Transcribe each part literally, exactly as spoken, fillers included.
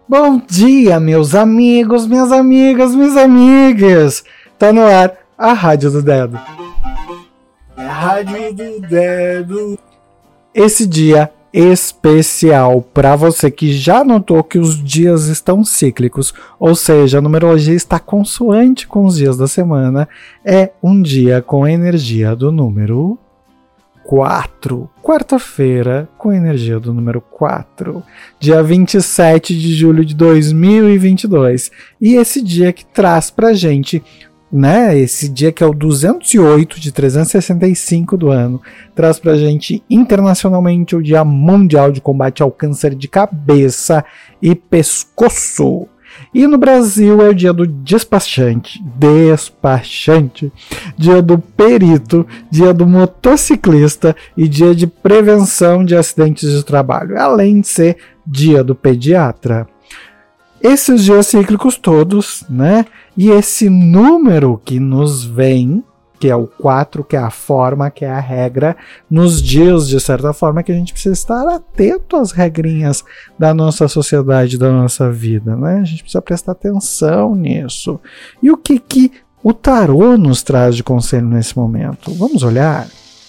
Bom dia, meus amigos, minhas amigas, minhas amigas. Tá no ar a Rádio do Dedo. É a Rádio do Dedo. Esse dia especial para você que já notou que os dias estão cíclicos, ou seja, a numerologia está consoante com os dias da semana, é um dia com a energia do número quatro. Quarta-feira com a energia do número quatro. Dia vinte e sete de julho de dois mil e vinte e dois. E esse dia que traz pra gente, né, esse dia que é o duzentos e oito de trezentos e sessenta e cinco do ano, traz pra gente internacionalmente o Dia Mundial de Combate ao Câncer de Cabeça e Pescoço. E no Brasil é o dia do despachante, despachante, dia do perito, dia do motociclista e dia de prevenção de acidentes de trabalho, além de ser dia do pediatra. Esses dias cíclicos todos, né? E esse número que nos vem, que é o quatro, que é a forma, que é a regra, nos dias, de certa forma, que a gente precisa estar atento às regrinhas da nossa sociedade, da nossa vida, né? A gente precisa prestar atenção nisso. E o que, que o tarô nos traz de conselho nesse momento? Vamos olhar?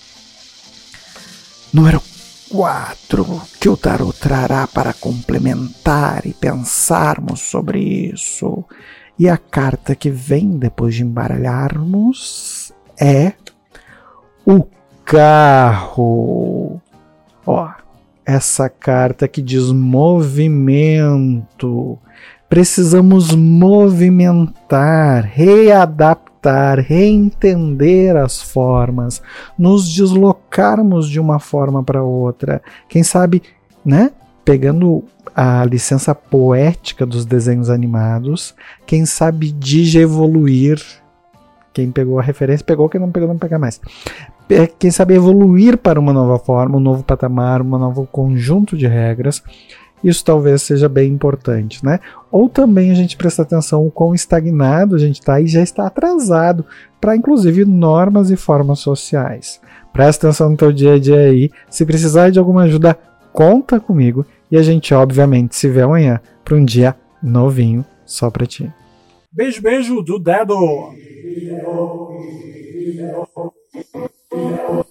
Número quatro, que o tarô trará para complementar e pensarmos sobre isso. E a carta que vem depois de embaralharmos é o carro. Ó, essa carta que diz movimento. Precisamos movimentar, readaptar, reentender as formas, nos deslocarmos de uma forma para outra. Quem sabe, né? Pegando a licença poética dos desenhos animados, quem sabe digievoluir. Quem pegou a referência, pegou, quem não pegou, não pega mais. Quem sabe evoluir para uma nova forma, um novo patamar, um novo conjunto de regras. Isso talvez seja bem importante, né? Ou também a gente prestar atenção o quão estagnado a gente está e já está atrasado para, inclusive, normas e formas sociais. Presta atenção no teu dia a dia aí. Se precisar de alguma ajuda, conta comigo. E a gente, obviamente, se vê amanhã para um dia novinho só para ti. Beijo, beijo do Dedo.